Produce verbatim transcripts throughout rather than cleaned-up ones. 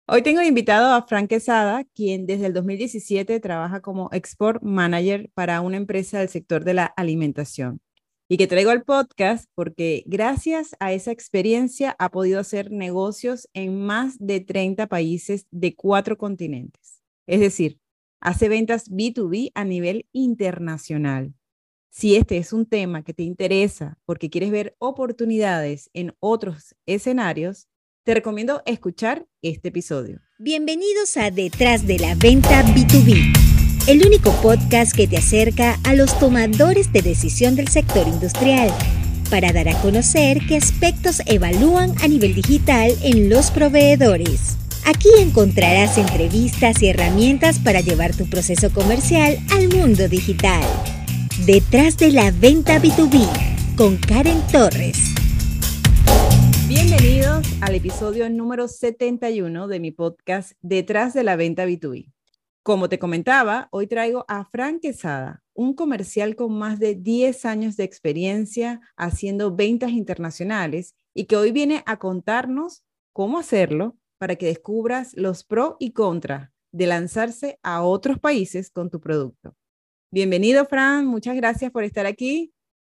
Hoy tengo invitado a Frank Quesada, quien desde el dos mil diecisiete trabaja como Export Manager para una empresa del sector de la alimentación. Y que traigo al podcast porque gracias a esa experiencia ha podido hacer negocios en más de treinta países de cuatro continentes. Es decir, hace ventas B dos B a nivel internacional. Si este es un tema que te interesa porque quieres ver oportunidades en otros escenarios, te recomiendo escuchar este episodio. Bienvenidos a Detrás de la Venta B dos B, el único podcast que te acerca a los tomadores de decisión del sector industrial para dar a conocer qué aspectos evalúan a nivel digital en los proveedores. Aquí encontrarás entrevistas y herramientas para llevar tu proceso comercial al mundo digital. Detrás de la Venta B dos B con Karen Torres. Bienvenidos al episodio número setenta y uno de mi podcast Detrás de la Venta B dos B. Como te comentaba, hoy traigo a Frank Quesada, un comercial con más de diez años de experiencia haciendo ventas internacionales y que hoy viene a contarnos cómo hacerlo para que descubras los pros y contras de lanzarse a otros países con tu producto. Bienvenido, Frank. Muchas gracias por estar aquí.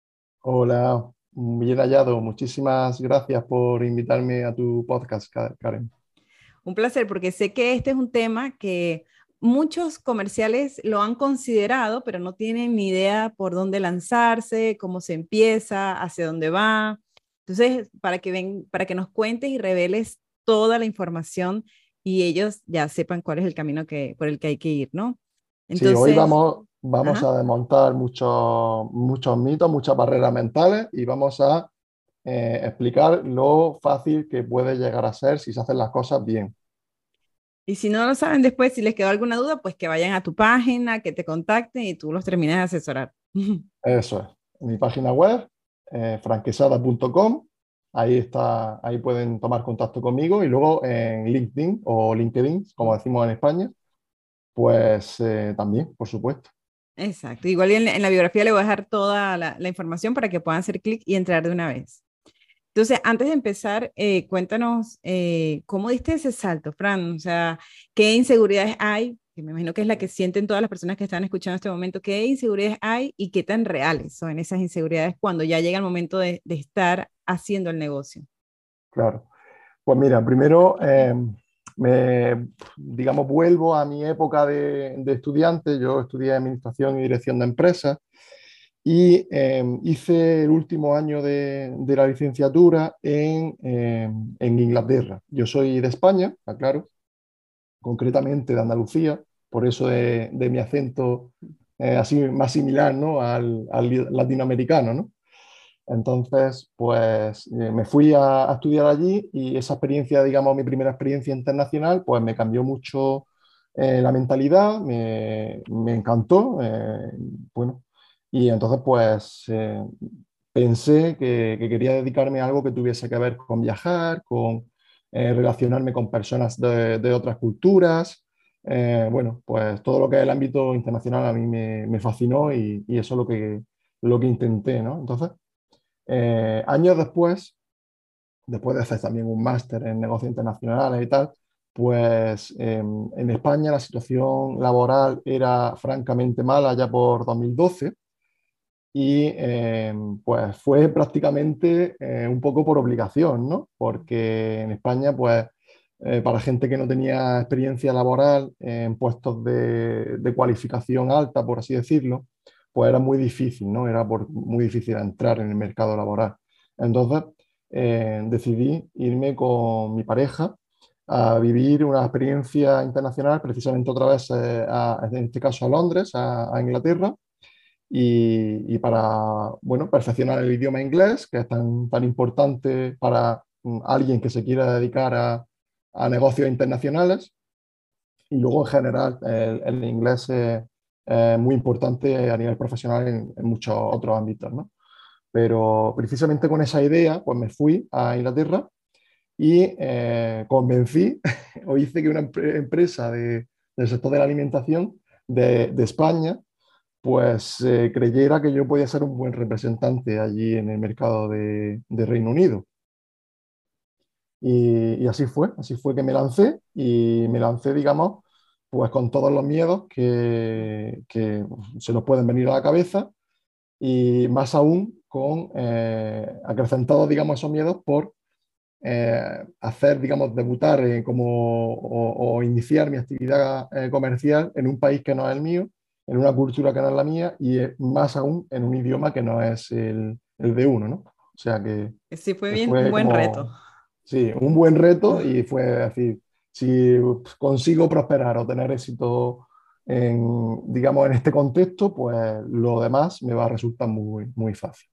Hola, bien hallado. Muchísimas gracias por invitarme a tu podcast, Karen. Un placer, porque sé que este es un tema que muchos comerciales lo han considerado, pero no tienen ni idea por dónde lanzarse, cómo se empieza, hacia dónde va. Entonces, para que ven, para que nos cuentes y reveles toda la información y ellos ya sepan cuál es el camino que, por el que hay que ir, ¿no? Sí, hoy Entonces, vamos, vamos ajá. a desmontar muchos, muchos mitos, muchas barreras mentales y vamos a eh, explicar lo fácil que puede llegar a ser si se hacen las cosas bien. Y si no lo saben después, si les quedó alguna duda, pues que vayan a tu página, que te contacten y tú los termines de asesorar. Eso es. En mi página web, eh, franquesada punto com, ahí está, ahí pueden tomar contacto conmigo y luego en LinkedIn o LinkedIn, como decimos en España, pues eh, también, por supuesto. Exacto. Igual en, en la biografía le voy a dejar toda la, la información para que puedan hacer clic y entrar de una vez. Entonces, antes de empezar, eh, cuéntanos eh, cómo diste ese salto, Fran. O sea, ¿qué inseguridades hay? Que me imagino que es la que sienten todas las personas que están escuchando en este momento. ¿Qué inseguridades hay y qué tan reales son esas inseguridades cuando ya llega el momento de, de estar haciendo el negocio? Claro. Pues mira, primero, eh, me, digamos, vuelvo a mi época de, de estudiante. Yo estudié Administración y Dirección de Empresas y eh, hice el último año de, de la licenciatura en, eh, en Inglaterra. Yo soy de España, claro, concretamente de Andalucía, por eso de, de mi acento eh, así más similar, ¿no?, al, al latinoamericano, ¿no? Entonces, pues eh, me fui a, a estudiar allí y esa experiencia, digamos, mi primera experiencia internacional, pues me cambió mucho eh, la mentalidad, me, me encantó, eh, bueno, y entonces pues eh, pensé que, que quería dedicarme a algo que tuviese que ver con viajar, con eh, relacionarme con personas de, de otras culturas. Eh, bueno, pues todo lo que es el ámbito internacional a mí me, me fascinó y, y eso es lo que, lo que intenté, ¿no? Entonces, eh, años después, después de hacer también un máster en negocios internacionales y tal, pues eh, en España la situación laboral era francamente mala ya por dos mil doce y eh, pues fue prácticamente eh, un poco por obligación, ¿no? Porque en España, pues eh, para gente que no tenía experiencia laboral en puestos de, de cualificación alta, por así decirlo, pues era muy difícil, ¿no? Era por, muy difícil entrar en el mercado laboral. Entonces eh, decidí irme con mi pareja a vivir una experiencia internacional, precisamente otra vez, eh, a, en este caso a Londres, a, a Inglaterra, y, y para, bueno, perfeccionar el idioma inglés, que es tan, tan importante para mm, alguien que se quiera dedicar a, a negocios internacionales. Y luego, en general, el, el inglés es, es muy importante a nivel profesional en, en muchos otros ámbitos, ¿no? Pero precisamente con esa idea, pues me fui a Inglaterra y eh, convencí o hice que una empre- empresa de, del sector de la alimentación de, de España pues eh, creyera que yo podía ser un buen representante allí en el mercado de, de Reino Unido. Y, y así fue, así fue que me lancé y me lancé, digamos, pues con todos los miedos que, que se nos pueden venir a la cabeza y más aún con eh, acrecentados, digamos, esos miedos por eh, hacer, digamos, debutar eh, como, o, o, iniciar mi actividad eh, comercial en un país que no es el mío, en una cultura que no es la mía y eh, más aún en un idioma que no es el, el de uno, ¿no? O sea que, Sí, fue que bien, un fue buen reto. como, sí, un buen reto y fue decir, si consigo prosperar o tener éxito en, digamos, en este contexto, pues lo demás me va a resultar muy, muy fácil.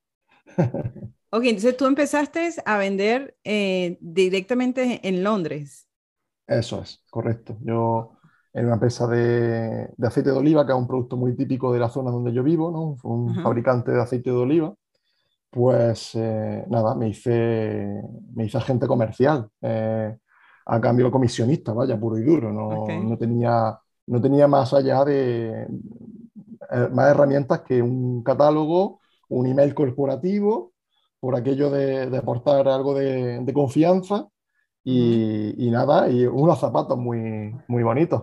Ok, entonces tú empezaste a vender eh, directamente en Londres. Eso es, correcto. Yo en una empresa de, de aceite de oliva, que es un producto muy típico de la zona donde yo vivo, ¿no? Fue un Ajá. fabricante de aceite de oliva, pues eh, nada, me hice, me hice agente comercial, eh, a cambio comisionista, vaya, puro y duro. No, Ok. no tenía, no tenía más allá de eh, más herramientas que un catálogo, un email corporativo, por aquello de, de aportar algo de, de confianza Ujú. y, y nada, y unos zapatos muy, muy bonitos.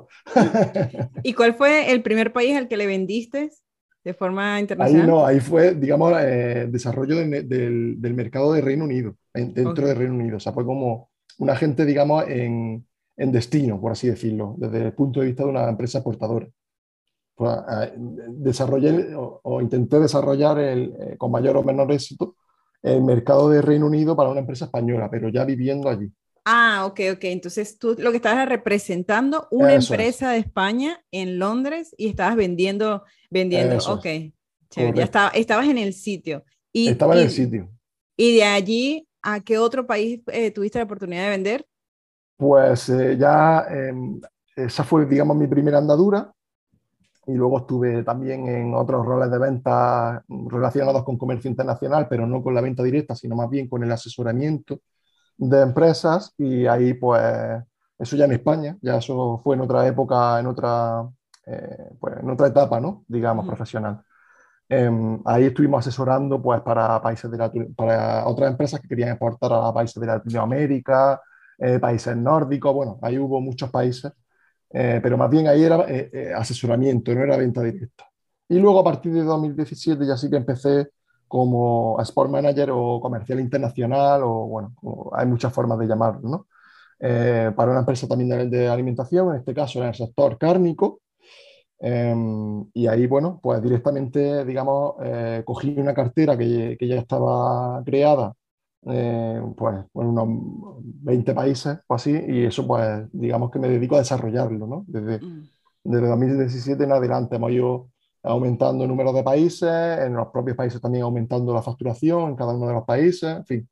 ¿Y cuál fue el primer país al que le vendiste de forma Ahí internacional? no, ahí fue, digamos, eh, desarrollo de- del, del mercado de Reino Unido, en- dentro de Ok. Reino Unido. O sea, fue como un agente, digamos, en, en destino, por así decirlo, desde el punto de vista de una empresa exportadora. Pues, eh, desarrollé o, o intenté desarrollar el, eh, con mayor o menor éxito el mercado de Reino Unido para una empresa española, pero ya viviendo allí. Ah, ok, ok. Entonces tú lo que estabas era representando una Eso es, empresa de España en Londres y estabas vendiendo, vendiendo, eso ok, es, chévere, ya correcto. estaba, estabas en el sitio. Y, Estaba en el y, sitio. y de allí, ¿a qué otro país eh, tuviste la oportunidad de vender? Pues eh, ya eh, esa fue, digamos, mi primera andadura y luego estuve también en otros roles de venta relacionados con comercio internacional, pero no con la venta directa, sino más bien con el asesoramiento de empresas y ahí pues eso ya en España, ya eso fue en otra época, en otra, eh, pues, en otra etapa, ¿no? Digamos, Ujú. profesional. Eh, ahí estuvimos asesorando pues, para, países de Latino- para otras empresas que querían exportar a países de Latinoamérica, eh, países nórdicos, bueno, ahí hubo muchos países, eh, pero más bien ahí era eh, eh, asesoramiento, no era venta directa. Y luego a partir de dos mil diecisiete ya sí que empecé como Sport Manager o comercial internacional, o bueno, o hay muchas formas de llamarlo, ¿no? Eh, para una empresa también de, de alimentación, en este caso en el sector cárnico, eh, y ahí, bueno, pues directamente, digamos, eh, cogí una cartera que, que ya estaba creada, eh, pues en unos veinte países o así, y eso, pues, digamos que me dedico a desarrollarlo, ¿no? Desde, Mm. desde dos mil diecisiete en adelante hemos ido aumentando el número de países, en los propios países también aumentando la facturación en cada uno de los países, en fin,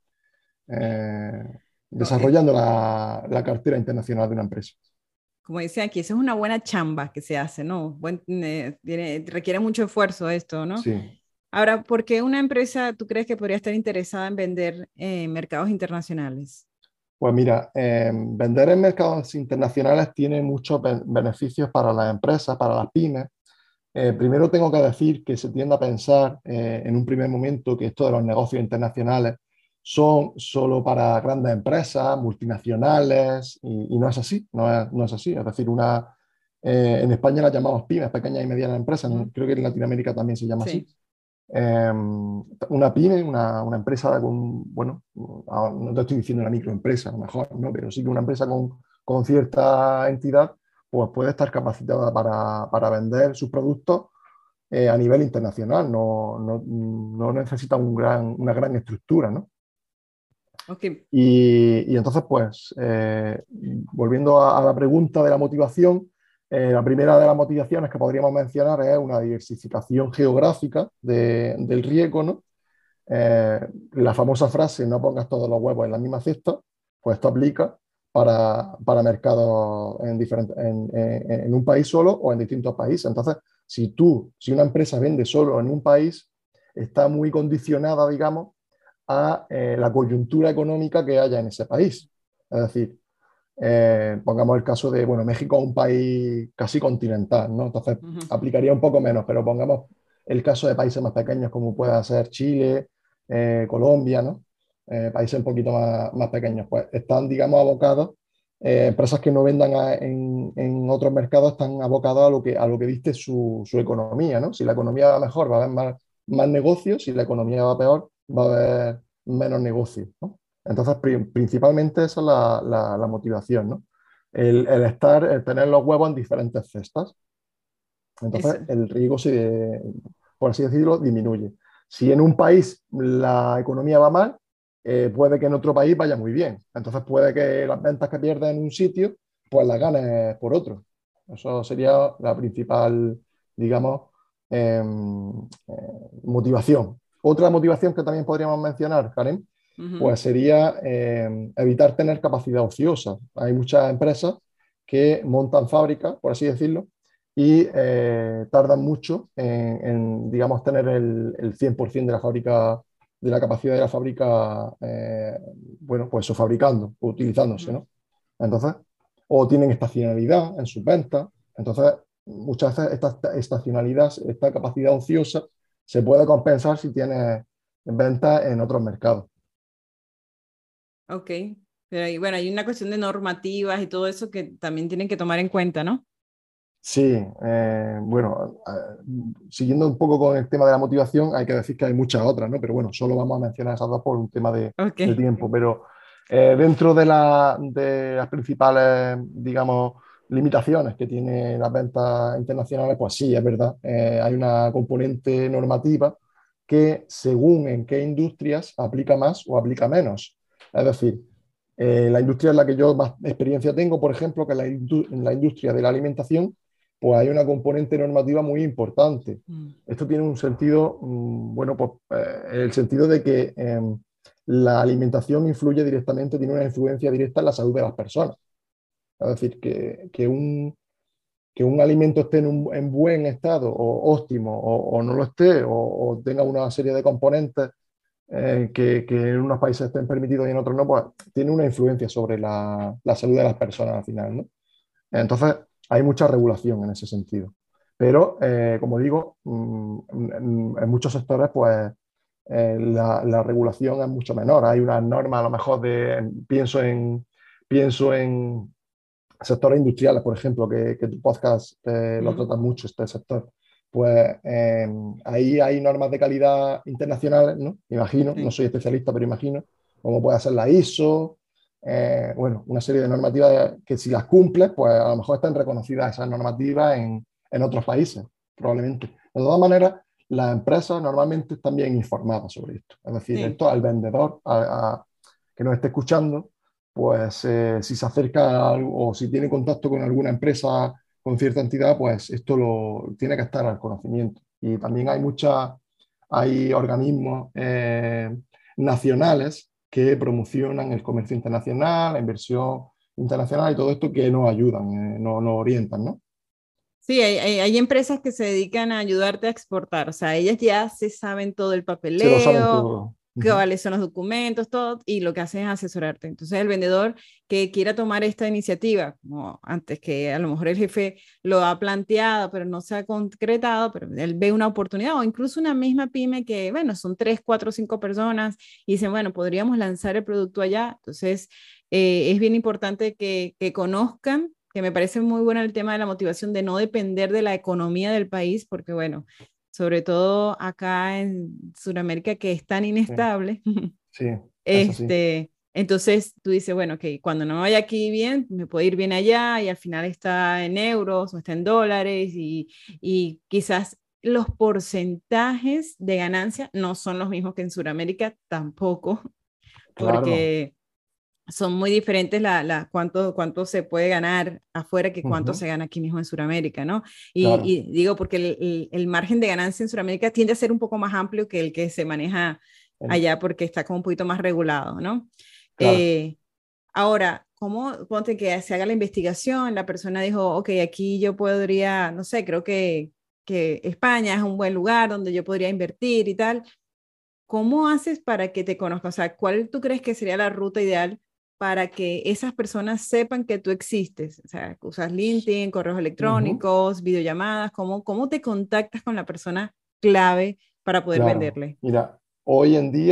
eh, Co- eh, desarrollando la, la cartera internacional de una empresa. Como dicen aquí, eso es una buena chamba que se hace, ¿no? Buen- eh, tiene- requiere mucho esfuerzo esto, ¿no? Sí. Ahora, ¿por qué una empresa tú crees que podría estar interesada en vender en mercados internacionales? Pues mira, eh, vender en mercados internacionales tiene muchos be- beneficios para las empresas, para las pymes. Eh, primero tengo que decir que se tiende a pensar eh, en un primer momento que esto de los negocios internacionales son solo para grandes empresas, multinacionales, y, y no es así, no es, no es así. Es decir, una, eh, en España las llamamos pymes, pequeñas y medianas empresas, Ujú. creo que en Latinoamérica también se llama así. Sí. Eh, una pyme, una, una empresa con, bueno, no te estoy diciendo una microempresa, a lo mejor, ¿no? Pero sí que una empresa con, con cierta entidad, pues puede estar capacitada para, para vender sus productos eh, a nivel internacional, no, no, no necesita un gran, una gran estructura, ¿no? Ok. Y, y entonces, pues, eh, volviendo a, a, la pregunta de la motivación, eh, la primera de las motivaciones que podríamos mencionar es una diversificación geográfica de, del riesgo, ¿no? Eh, la famosa frase, no pongas todos los huevos en la misma cesta, pues esto aplica para, para mercados en, diferentes, en, en, en un país solo o en distintos países. Entonces, si tú, si una empresa vende solo en un país, está muy condicionada, digamos, a eh, la coyuntura económica que haya en ese país. Es decir, eh, pongamos el caso de, bueno, México es un país casi continental, ¿no? Entonces Ujú. aplicaría un poco menos, pero pongamos el caso de países más pequeños como pueda ser Chile, eh, Colombia, ¿no? eh, países un poquito más, más pequeños, pues están, digamos, abocados, eh, empresas que no vendan a- en, en otros mercados están abocadas a lo que, a lo que viste su, su economía, ¿no? Si la economía va mejor, va a haber más, más negocios, si la economía va peor, va a haber menos negocios, ¿no? Entonces, pri- principalmente esa es la, la- la motivación, ¿no? El, el estar, el tener los huevos en diferentes cestas. Entonces, Eso. el riesgo, se, por así decirlo, disminuye. Si en un país la economía va mal, eh, puede que en otro país vaya muy bien. Entonces, puede que las ventas que pierdas en un sitio, pues las ganes por otro. Eso sería la principal, digamos, eh, eh, motivación. Otra motivación que también podríamos mencionar, Karen, Ujú. pues sería eh, evitar tener capacidad ociosa. Hay muchas empresas que montan fábricas, por así decirlo, y eh, tardan mucho en, en, digamos, tener el, el cien por ciento de la fábrica, de la capacidad de la fábrica, eh, bueno, pues eso, fabricando, utilizándose, Ujú. ¿no? Entonces, o tienen estacionalidad en sus ventas. Entonces, muchas veces esta estacionalidad, esta capacidad ociosa, se puede compensar si tienes ventas en otros mercados. Ok. Pero ahí, bueno, hay una cuestión de normativas y todo eso que también tienen que tomar en cuenta, ¿no? Sí, eh, bueno, eh, siguiendo un poco con el tema de la motivación, hay que decir que hay muchas otras, ¿no? Pero bueno, solo vamos a mencionar esas dos por un tema de, de Ok. tiempo. Pero eh, dentro de, la- de las principales, digamos, limitaciones que tienen las ventas internacionales, pues sí, es verdad, eh, hay una componente normativa que según en qué industrias aplica más o aplica menos. Es decir, eh, la industria en la que yo más experiencia tengo, por ejemplo, que es la, indu- en la industria de la alimentación, pues hay una componente normativa muy importante. Mm. Esto tiene un sentido, mm, bueno, pues eh, el sentido de que eh, la alimentación influye directamente, tiene una influencia directa en la salud de las personas. Es decir, que, que un, que un alimento esté en, un, en buen estado o óptimo o, o no lo esté o, o, tenga una serie de componentes eh, que, que, en unos países estén permitidos y en otros no, pues tiene una influencia sobre la, la salud de las personas al final, ¿no? Entonces, hay mucha regulación en ese sentido. Pero, eh, como digo, mm, en, en muchos sectores, pues eh, la, la, regulación es mucho menor. Hay unas normas, a lo mejor, de, pienso en, pienso en sectores industriales, por ejemplo, que, que tu podcast eh, lo Ujú. trata mucho, este sector. Pues eh, ahí hay normas de calidad internacionales, ¿no? Imagino, no Sí. soy especialista, pero imagino, como puede ser la I S O, eh, bueno, una serie de normativas que si las cumples, pues a lo mejor están reconocidas esas normativas en, en otros países, probablemente. De todas maneras, las empresas normalmente están bien informadas sobre esto. Es decir, Sí. esto al vendedor a, a, que nos esté escuchando, pues eh, si se acerca a algo, o si tiene contacto con alguna empresa, con cierta entidad, pues esto lo tiene que estar al conocimiento. Y también hay muchas, hay organismos eh, nacionales que promocionan el comercio internacional, la inversión internacional y todo esto que nos ayudan, eh, nos, nos orientan, ¿no? Sí, hay, hay, hay empresas que se dedican a ayudarte a exportar, o sea, ellas ya se saben todo el Se lo saben papeleo, todo. Uh -huh. cuáles son los documentos, todo, y lo que hacen es asesorarte. Entonces, el vendedor que quiera tomar esta iniciativa, como antes que a lo mejor el jefe lo ha planteado, pero no se ha concretado, pero él ve una oportunidad, o incluso una misma pyme que, bueno, son tres, cuatro, cinco personas, y dicen, bueno, podríamos lanzar el producto allá. Entonces, eh, es bien importante que, que conozcan, que me parece muy bueno el tema de la motivación de no depender de la economía del país, porque bueno, sobre todo acá en Sudamérica que es tan Sí, inestable, sí, es así. este, entonces tú dices, bueno, que cuando no me vaya aquí bien, me puedo ir bien allá y al final está en euros o está en dólares y, y quizás los porcentajes de ganancia no son los mismos que en Sudamérica tampoco, Claro. porque son muy diferentes la, la, cuánto, cuánto se puede ganar afuera que Uh cuánto -huh. se gana aquí mismo en Sudamérica, ¿no? Y, Claro. y digo, porque el, el, el, margen de ganancia en Sudamérica tiende a ser un poco más amplio que el que se maneja En, allá porque está como un poquito más regulado, ¿no? claro. Eh, ahora, ¿cómo ponte que se haga la investigación? La persona dijo, ok, aquí yo podría, no sé, creo que, que España es un buen lugar donde yo podría invertir y tal. ¿Cómo haces para que te conozcan? O sea, ¿cuál tú crees que sería la ruta ideal para que esas personas sepan que tú existes? O sea, usas LinkedIn, correos Uh -huh. electrónicos, videollamadas, ¿cómo, cómo te contactas con la persona clave para poder Claro. venderle? Mira, hoy en día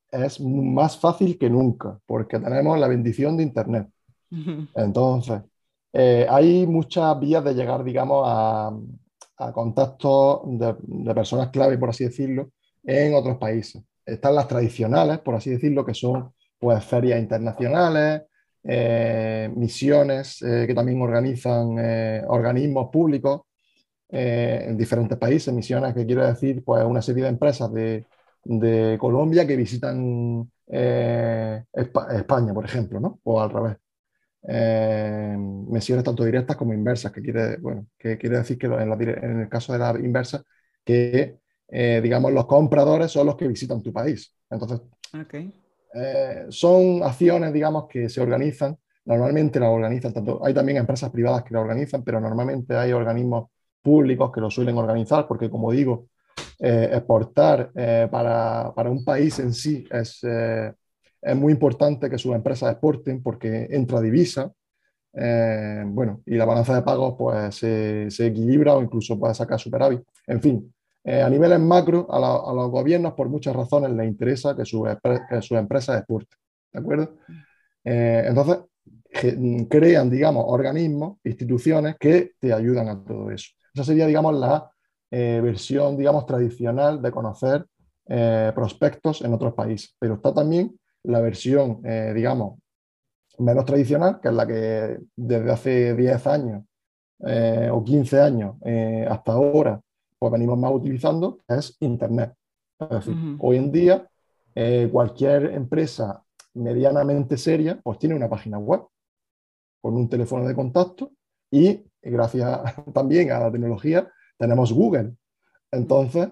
es más fácil que nunca, porque tenemos la bendición de Internet. Ujú. Entonces, eh, hay muchas vías de llegar, digamos, a, a contactos de, de personas clave, por así decirlo, en otros países. Están las tradicionales, por así decirlo, que son pues ferias internacionales, eh, misiones eh, que también organizan eh, organismos públicos eh, en diferentes países, misiones que quiero decir, pues una serie de empresas de, de Colombia que visitan eh, Espa- España, por ejemplo, ¿no? O al revés. Eh, misiones tanto directas como inversas, que quiere, bueno, que quiere decir que en, la dire- en el caso de la inversa, que eh, digamos los compradores son los que visitan tu país. Entonces, Ok. eh, son acciones, digamos, que se organizan. Normalmente las organizan tanto, hay también empresas privadas que las organizan, pero normalmente hay organismos públicos que lo suelen organizar, porque como digo, eh, exportar eh, para, para, un país en sí es, eh, es muy importante que sus empresas exporten porque entra divisa, eh, bueno, y la balanza de pagos pues se, se equilibra o incluso puede sacar superávit. En fin, eh, a niveles macro, a, la, a, los gobiernos por muchas razones les interesa que, su, que sus empresas exporten, ¿de acuerdo? Eh, entonces, crean, digamos, organismos, instituciones que te ayudan a todo eso. Esa sería, digamos, la eh, versión, digamos, tradicional de conocer eh, prospectos en otros países. Pero está también la versión, eh, digamos, menos tradicional, que es la que desde hace diez años eh, o quince años eh, hasta ahora, pues venimos más utilizando, es Internet. Es decir, Ujú. hoy en día eh, cualquier empresa medianamente seria pues tiene una página web con un teléfono de contacto y gracias también a la tecnología tenemos Google. Entonces,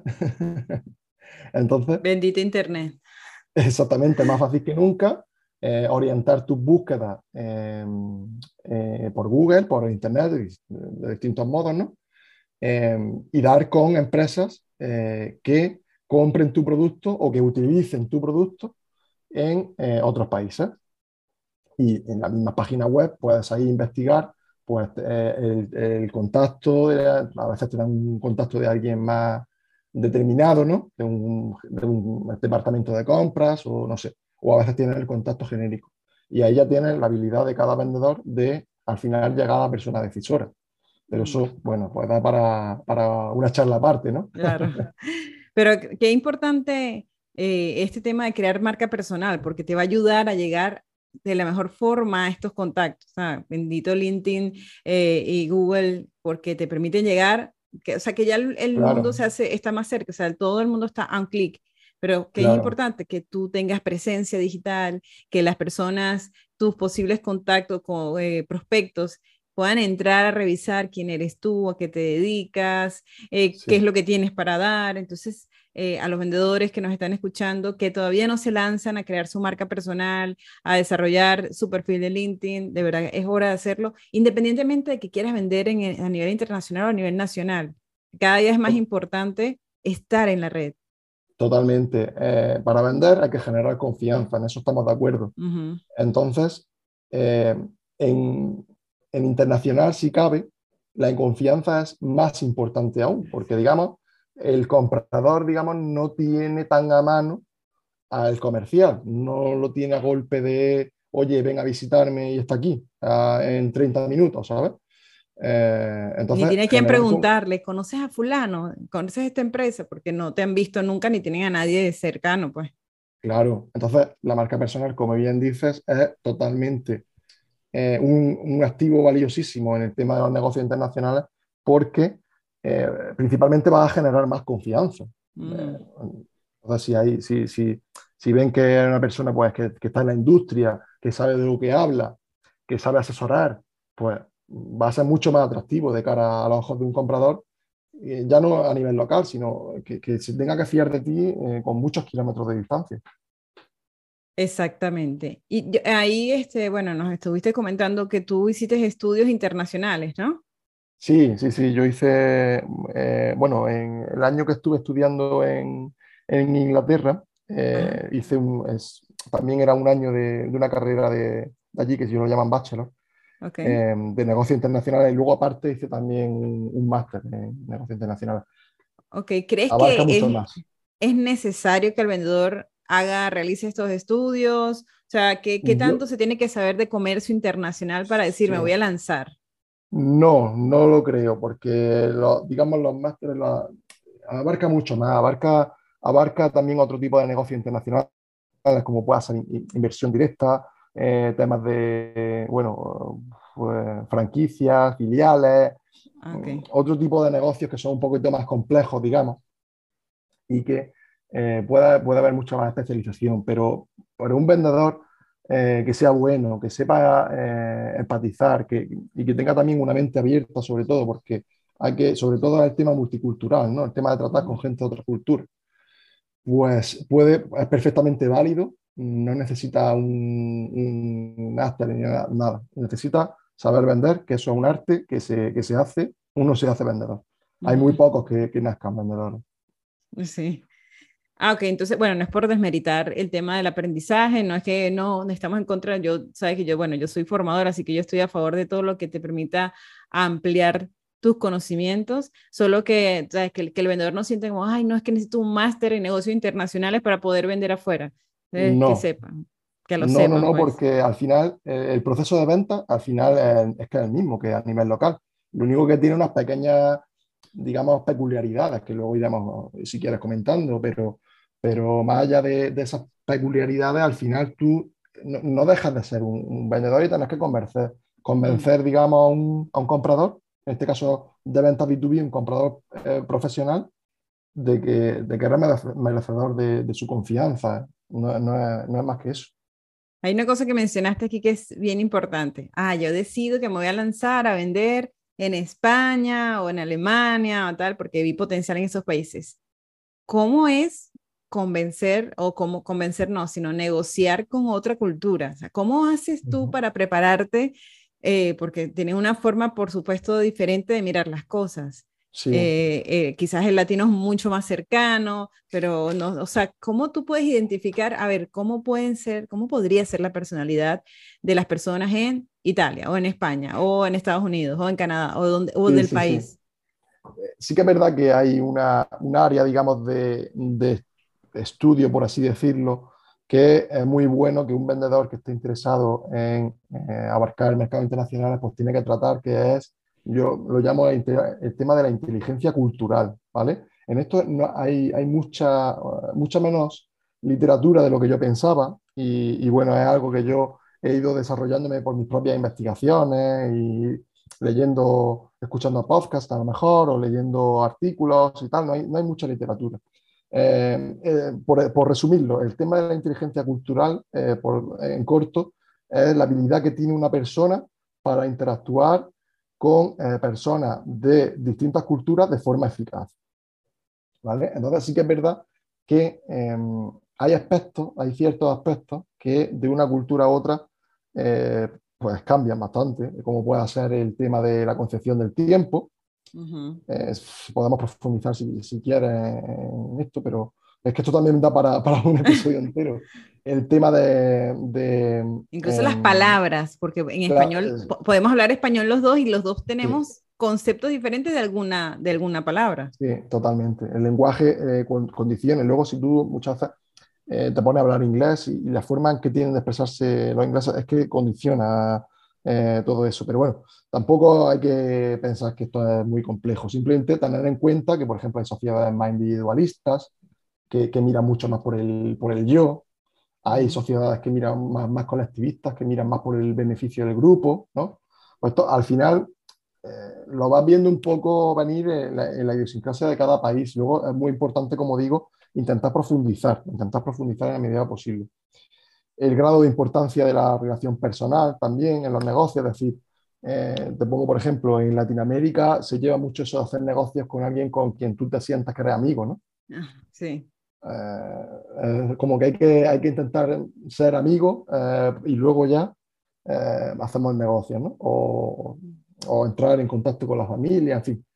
entonces Bendita Internet. exactamente, más fácil que nunca eh, orientar tus búsquedas eh, eh, por Google, por Internet, de, de distintos modos, ¿no? Eh, y dar con empresas eh, que compren tu producto o que utilicen tu producto en eh, otros países. Y en la misma página web puedes ahí investigar pues, eh, el, el, contacto, de, a veces te dan un contacto de alguien más determinado, ¿no? De un, de un departamento de compras o no sé, o a veces tienen el contacto genérico. Y ahí ya tienes la habilidad de cada vendedor de al final llegar a la persona decisora. Pero Mm, eso, bueno, pues da para, para una charla aparte, ¿no? claro. Pero qué qué importante eh, este tema de crear marca personal, porque te va a ayudar a llegar de la mejor forma a estos contactos. O sea, bendito LinkedIn eh, y Google, porque te permiten llegar, que, o sea, que ya el, el mundo Claro, se hace, está más cerca, o sea, todo el mundo está a un clic. Pero que es claro. importante que tú tengas presencia digital, que las personas, tus posibles contactos con eh, prospectos, puedan entrar a revisar quién eres tú, a qué te dedicas, eh, qué es Sí. lo que tienes para dar. Entonces, eh, a los vendedores que nos están escuchando, que todavía no se lanzan a crear su marca personal, a desarrollar su perfil de LinkedIn, de verdad es hora de hacerlo, independientemente de que quieras vender en, a nivel internacional o a nivel nacional. Cada día es más importante estar en la red. Totalmente. Eh, para vender hay que generar confianza, en eso estamos de acuerdo. Uh -huh. Entonces, eh, en, en internacional, si cabe, la confianza es más importante aún, porque, digamos, el comprador, digamos, no tiene tan a mano al comercial, no lo tiene a golpe de, oye, ven a visitarme y está aquí ah, en treinta minutos, ¿sabes? Eh, Ni entonces, tiene a quien generar con, preguntarle, ¿conoces a fulano? ¿Conoces esta empresa? Porque no te han visto nunca ni tienen a nadie cercano, pues. claro, entonces la marca personal, como bien dices, es totalmente eh, un, un, activo valiosísimo en el tema de los negocios internacionales porque eh, principalmente va a generar más confianza. Mm. Eh, entonces, si, hay, si, si, si ven que hay una persona pues, que, que está en la industria, que sabe de lo que habla, que sabe asesorar, pues va a ser mucho más atractivo de cara a los ojos de un comprador, eh, ya no a nivel local, sino que, que se tenga que fiar de ti eh, con muchos kilómetros de distancia. Exactamente. Y yo- ahí, este, bueno, nos estuviste comentando que tú hiciste estudios internacionales, ¿no? Sí, sí, sí, yo hice, eh, bueno, en el año que estuve estudiando en, en Inglaterra, Ajá. eh, hice un, es- también era un año de, de una carrera de, de allí, que ellos lo llaman bachelor, Ok. eh, de negocios internacionales, y luego aparte hice también un, un máster en negocios internacionales. Ok. ¿Crees Abarca que mucho es, más. es necesario que el vendedor haga, realice estos estudios? O sea, ¿qué, qué Yo, tanto se tiene que saber de comercio internacional para decir, me sí. voy a lanzar? No, no lo creo, porque lo- digamos los másteres la- abarca mucho más, abarca, abarca también otro tipo de negocios internacionales, como pueda ser in- inversión directa, eh, temas de, bueno, pues, franquicias, filiales, Ah, mm, ok. otro tipo de negocios que son un poquito más complejos, digamos, y que eh, puede, puede haber mucha más especialización, pero para un vendedor eh, que sea bueno, que sepa eh, empatizar que, y que tenga también una mente abierta sobre todo, porque hay que, sobre todo el tema multicultural, ¿no? El tema de tratar con Ujú. gente de otra cultura, pues puede, es perfectamente válido, no necesita un, un máster ni nada, nada, necesita saber vender, que eso es un arte que se, que se hace, uno se hace vendedor. Hay muy Ujú. pocos que, que nazcan vendedores. Sí. Ah, ok, entonces, bueno, no es por desmeritar el tema del aprendizaje, no es que no, no estamos en contra, yo, sabes que yo, bueno, yo soy formadora, así que yo estoy a favor de todo lo que te permita ampliar tus conocimientos, solo que, sabes, que, el, que el vendedor no siente como, ay, no, es que necesito un máster en negocios internacionales para poder vender afuera. Entonces, que No, sepan, que lo no, no, sepan, no, pues. porque al final eh, el proceso de venta al final eh, es que es el mismo que a nivel local. Lo único que tiene unas pequeñas, digamos, peculiaridades que luego iremos, eh, si quieres, comentando, pero, pero más allá de, de esas peculiaridades, al final tú no, no dejas de ser un, un vendedor y tienes que convencer, Mm. convencer, digamos, a un, a un comprador, en este caso de ventas B dos B, un comprador eh, profesional, de que, de que eres merece- merecedor de, de su confianza. No, no es, no es más que eso. Hay una cosa que mencionaste aquí que es bien importante. Ah, yo decido que me voy a lanzar a vender en España o en Alemania o tal, porque vi potencial en esos países. ¿Cómo es convencer o cómo convencer no, sino negociar con otra cultura? O sea, ¿cómo haces tú Ujú. para prepararte? Eh, porque tienes una forma, por supuesto, diferente de mirar las cosas. Sí, Eh, eh, quizás el latino es mucho más cercano, pero no, o sea, ¿cómo tú puedes identificar, a ver, cómo pueden ser, cómo podría ser la personalidad de las personas en Italia o en España o en Estados Unidos o en Canadá o, donde, o sí, del sí, sí. país? Sí que es verdad que hay una, un área, digamos, de, de estudio, por así decirlo, que es muy bueno que un vendedor que esté interesado en eh, abarcar el mercado internacional, pues tiene que tratar, que es, yo lo llamo el, el tema de la inteligencia cultural, ¿vale? En esto no, hay, hay mucha, mucha menos literatura de lo que yo pensaba y, y bueno, es algo que yo he ido desarrollándome por mis propias investigaciones y leyendo, escuchando podcasts a lo mejor, o leyendo artículos y tal, no hay, no hay mucha literatura. Eh, eh, por, por, resumirlo, el tema de la inteligencia cultural, eh, por, en corto, es la habilidad que tiene una persona para interactuar con eh, personas de distintas culturas de forma eficaz. ¿Vale? Entonces sí que es verdad que eh, hay aspectos, hay ciertos aspectos que de una cultura a otra eh, pues cambian bastante, como puede ser el tema de la concepción del tiempo. Ujú. Eh, podemos profundizar si, si quieres en esto, pero es que esto también da para, para un episodio entero. El tema de... de Incluso las eh, palabras, porque en la, español eh, po- podemos hablar español los dos y los dos sí, tenemos conceptos diferentes de alguna, de alguna palabra. sí, totalmente. El lenguaje eh, con- condiciona. Y luego, si tú muchas veces eh, te pones a hablar inglés y, y la forma en que tienen de expresarse los ingleses es que condiciona eh, todo eso. Pero bueno, tampoco hay que pensar que esto es muy complejo. Simplemente tener en cuenta que, por ejemplo, hay sociedades más individualistas que, que miran mucho más por el, por el yo. Hay Ujú. sociedades que miran más, más colectivistas, que miran más por el beneficio del grupo, ¿no? Pues esto, al final eh, lo vas viendo un poco venir en la, en la idiosincrasia de cada país. Luego es muy importante, como digo, intentar profundizar, intentar profundizar en la medida posible. El grado de importancia de la relación personal también en los negocios, es decir, eh, te pongo por ejemplo, en Latinoamérica se lleva mucho eso de hacer negocios con alguien con quien tú te sientas que eres amigo, ¿no? Ah, sí. Eh, eh, como que hay que, hay que intentar ser amigos eh, y luego ya eh, hacemos el negocio, ¿no? O, o entrar en contacto con la familia, en fin.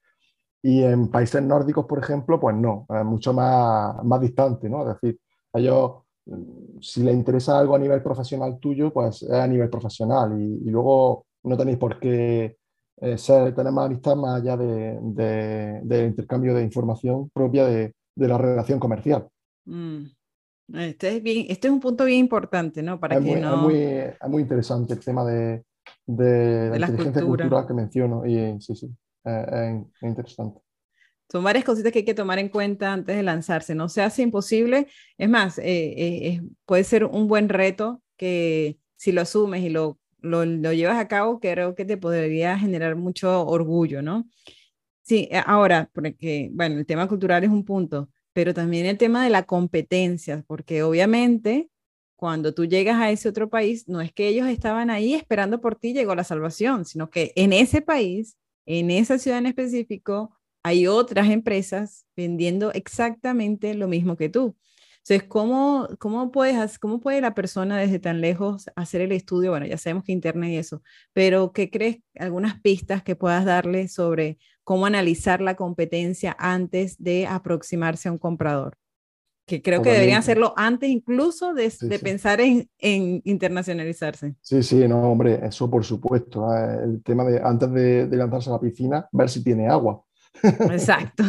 Y en países nórdicos, por ejemplo, pues no, es mucho más, más distante, ¿no? Es decir, a ellos, mm, si les interesa algo a nivel profesional tuyo, pues es a nivel profesional y, y luego no tenéis por qué eh, ser, tener más amistad más allá de, de- del intercambio de información propia de, de la relación comercial. Mm. Este es bien, este es un punto bien importante, ¿no? Para Es que muy, es muy, no, es muy interesante el tema de, de la de las inteligencia culturas. cultural que menciono. Y sí, sí, eh, es, es interesante. Son varias cositas que hay que tomar en cuenta antes de lanzarse. No se hace imposible. Es más, eh, eh, es- puede ser un buen reto que si lo asumes y lo, lo, lo llevas a cabo, creo que te podría generar mucho orgullo, ¿no? Sí, eh, ahora, porque, bueno, el tema cultural es un punto, pero también el tema de la competencia, porque obviamente cuando tú llegas a ese otro país, no es que ellos estaban ahí esperando por ti, llegó la salvación, sino que en ese país, en esa ciudad en específico, hay otras empresas vendiendo exactamente lo mismo que tú. Entonces, ¿cómo, cómo puedes, cómo puede la persona desde tan lejos hacer el estudio? Bueno, ya sabemos que internet y eso, pero ¿qué crees? Algunas pistas que puedas darle sobre cómo analizar la competencia antes de aproximarse a un comprador, que creo que deberían Totalmente. hacerlo antes incluso de, Sí, de sí. pensar en, en internacionalizarse. Sí, sí, no, hombre, eso por supuesto. eh, El tema de antes de, de lanzarse a la piscina, ver si tiene agua. Exacto.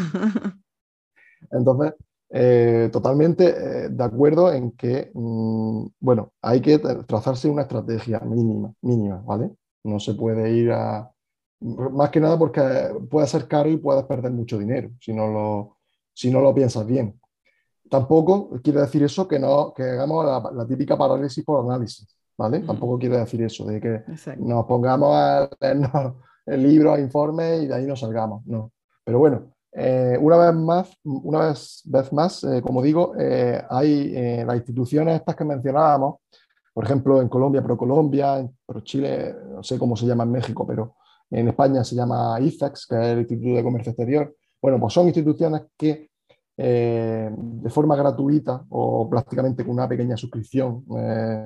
Entonces, eh, totalmente eh, de acuerdo en que, mm, bueno, hay que tra- trazarse una estrategia mínima, mínima, ¿vale? No se puede ir a... Más que nada porque puede ser caro y puedes perder mucho dinero si no lo, si no lo piensas bien. Tampoco quiere decir eso que, no, que hagamos la, la típica parálisis por análisis, ¿vale? Ujú. Tampoco quiere decir eso, de que Exacto. nos pongamos a leernos el libro, informes y de ahí nos salgamos, no. Pero bueno, eh, una vez más, una vez, vez más eh, como digo, eh, hay eh, las instituciones estas que mencionábamos, por ejemplo, en Colombia, ProColombia, en ProChile, no sé cómo se llama en México, pero en España se llama IFEX, que es el Instituto de Comercio Exterior. Bueno, pues son instituciones que eh, de forma gratuita o prácticamente con una pequeña suscripción, eh,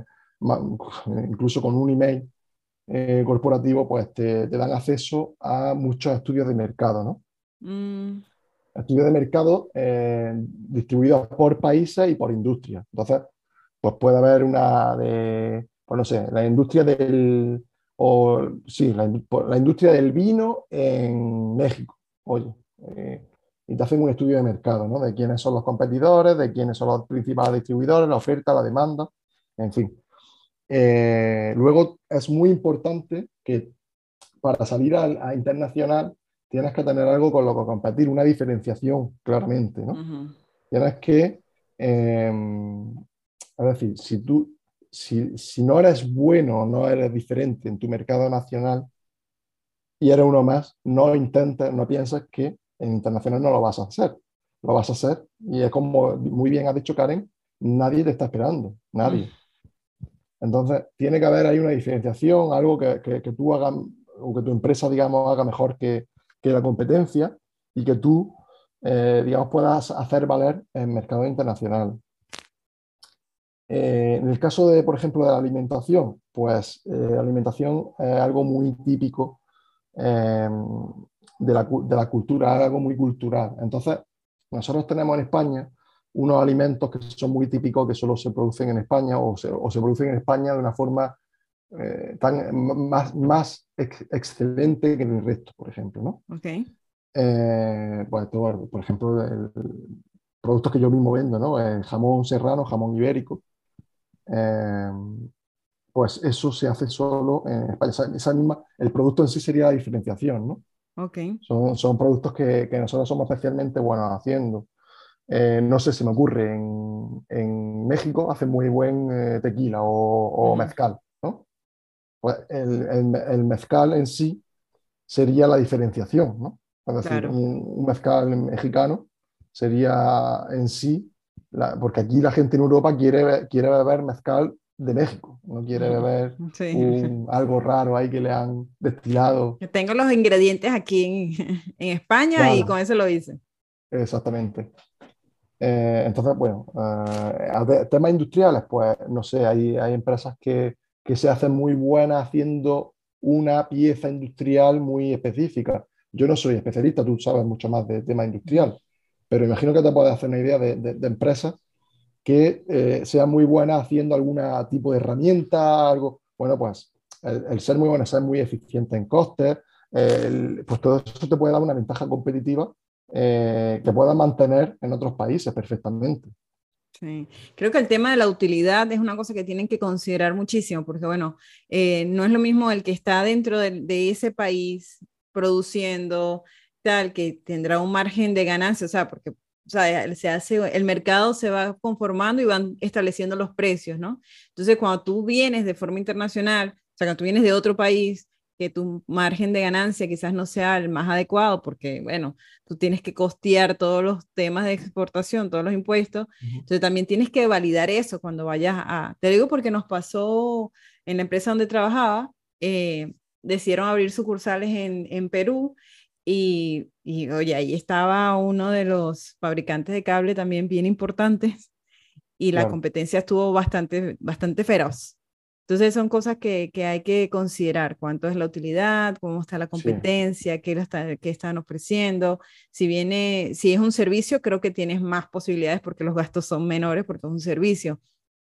incluso con un email eh, corporativo, pues te, te, dan acceso a muchos estudios de mercado, ¿no? Mm, Estudios de mercado eh, distribuidos por países y por industrias. Entonces, pues puede haber una de, pues no sé, la industria del, o sí, la, la industria del vino en México. Oye, eh, y te hacen un estudio de mercado, ¿no? De quiénes son los competidores, de quiénes son los principales distribuidores, la oferta, la demanda, en fin. Eh, luego es muy importante que para salir a, a internacional tienes que tener algo con lo que competir, una diferenciación claramente, ¿no? ujú. Tienes que, eh, es decir, si tú, si, si no eres bueno, no eres diferente en tu mercado nacional y eres uno más, no intentes, no pienses que en internacional no lo vas a hacer. Lo vas a hacer y es como muy bien ha dicho Karen, nadie te está esperando, Mm. nadie. Entonces, tiene que haber ahí una diferenciación, algo que, que, que tú hagas o que tu empresa, digamos, haga mejor que, que la competencia y que tú, eh, digamos, puedas hacer valer en mercado internacional. Eh, en el caso de, por ejemplo, de la alimentación, pues eh, la alimentación es algo muy típico eh, de la, de la cultura, es algo muy cultural. Entonces, nosotros tenemos en España unos alimentos que son muy típicos, que solo se producen en España o se, o se producen en España de una forma eh, tan, más, más ex, excelente que en el resto, por ejemplo, ¿no? Ok. Eh, pues, todo, por ejemplo, el, productos que yo mismo vendo, ¿no? El jamón serrano, jamón ibérico, eh, pues eso se hace solo en España. Esa, esa misma, el producto en sí sería la diferenciación, ¿no? Ok. Son, son productos que, que nosotros somos especialmente buenos haciendo. Eh, no sé, se me ocurre, en, en México hacen muy buen eh, tequila o, o Ujú. mezcal, ¿no? Pues el, el, el mezcal en sí sería la diferenciación, ¿no? Es decir, Claro. un, un mezcal mexicano sería en sí, la, porque aquí la gente en Europa quiere, quiere beber mezcal de México, no quiere Ujú. beber Sí. un, algo raro ahí que le han destilado. Yo tengo los ingredientes aquí en, en España y con Claro, eso lo hice. exactamente. Eh, entonces, bueno, eh, a de- temas industriales, pues no sé, hay, hay empresas que, que se hacen muy buenas haciendo una pieza industrial muy específica. Yo no soy especialista, tú sabes mucho más de tema Ujú. industrial, pero imagino que te puedes hacer una idea de, de- de empresas que eh, sean muy buenas haciendo algún tipo de herramienta, algo. Bueno, pues el, el ser muy bueno, ser muy eficiente en costes, el- pues todo eso te puede dar una ventaja competitiva eh, que puedas mantener en otros países perfectamente. Sí, creo que el tema de la utilidad es una cosa que tienen que considerar muchísimo, porque bueno, eh, no es lo mismo el que está dentro de, de ese país produciendo tal, que tendrá un margen de ganancia, o sea, porque o sea, se hace, el mercado se va conformando y van estableciendo los precios, ¿no? Entonces, cuando tú vienes de forma internacional, o sea, cuando tú vienes de otro país, que tu margen de ganancia quizás no sea el más adecuado, porque bueno, tú tienes que costear todos los temas de exportación, todos los impuestos. Ujú. Entonces también tienes que validar eso cuando vayas a... Te digo porque nos pasó en la empresa donde trabajaba, eh, decidieron abrir sucursales en, en Perú y, y, oye, ahí estaba uno de los fabricantes de cable también bien importantes y la Claro, competencia estuvo bastante, bastante feroz. Entonces son cosas que, que hay que considerar, cuánto es la utilidad, cómo está la sí, competencia, qué, lo está, qué están ofreciendo. Si viene, si es un servicio, creo que tienes más posibilidades porque los gastos son menores porque es un servicio.